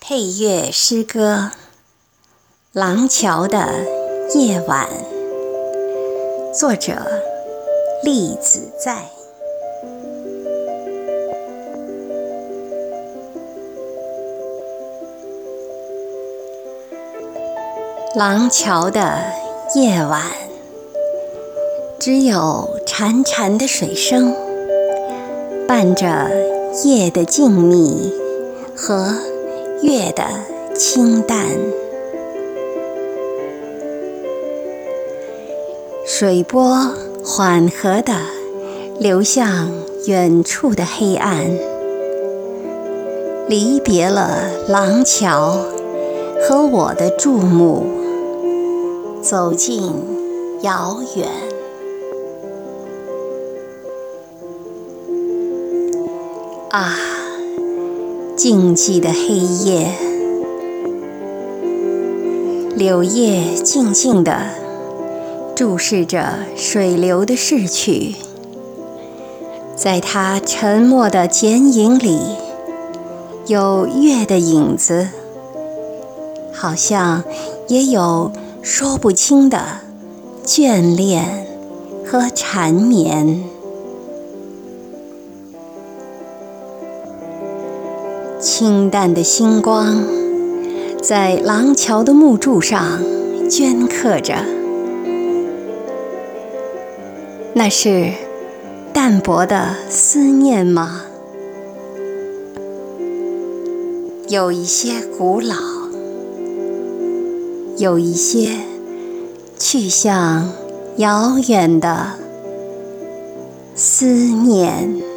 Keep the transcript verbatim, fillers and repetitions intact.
配乐诗歌《廊桥的夜晚》，作者厉子在。廊桥的夜晚，只有潺潺的水声，伴着夜的静谧和月的清淡。水波缓和地流向远处的黑暗，离别了廊桥和我的注目，走进遥远。啊，静寂的黑夜，柳叶静静地注视着水流的逝去，在它沉默的剪影里，有月的影子，好像也有说不清的眷恋和缠绵。清淡的星光在廊桥的木柱上镌刻着，那是淡薄的思念吗？有一些古老，有一些去向遥远的思念。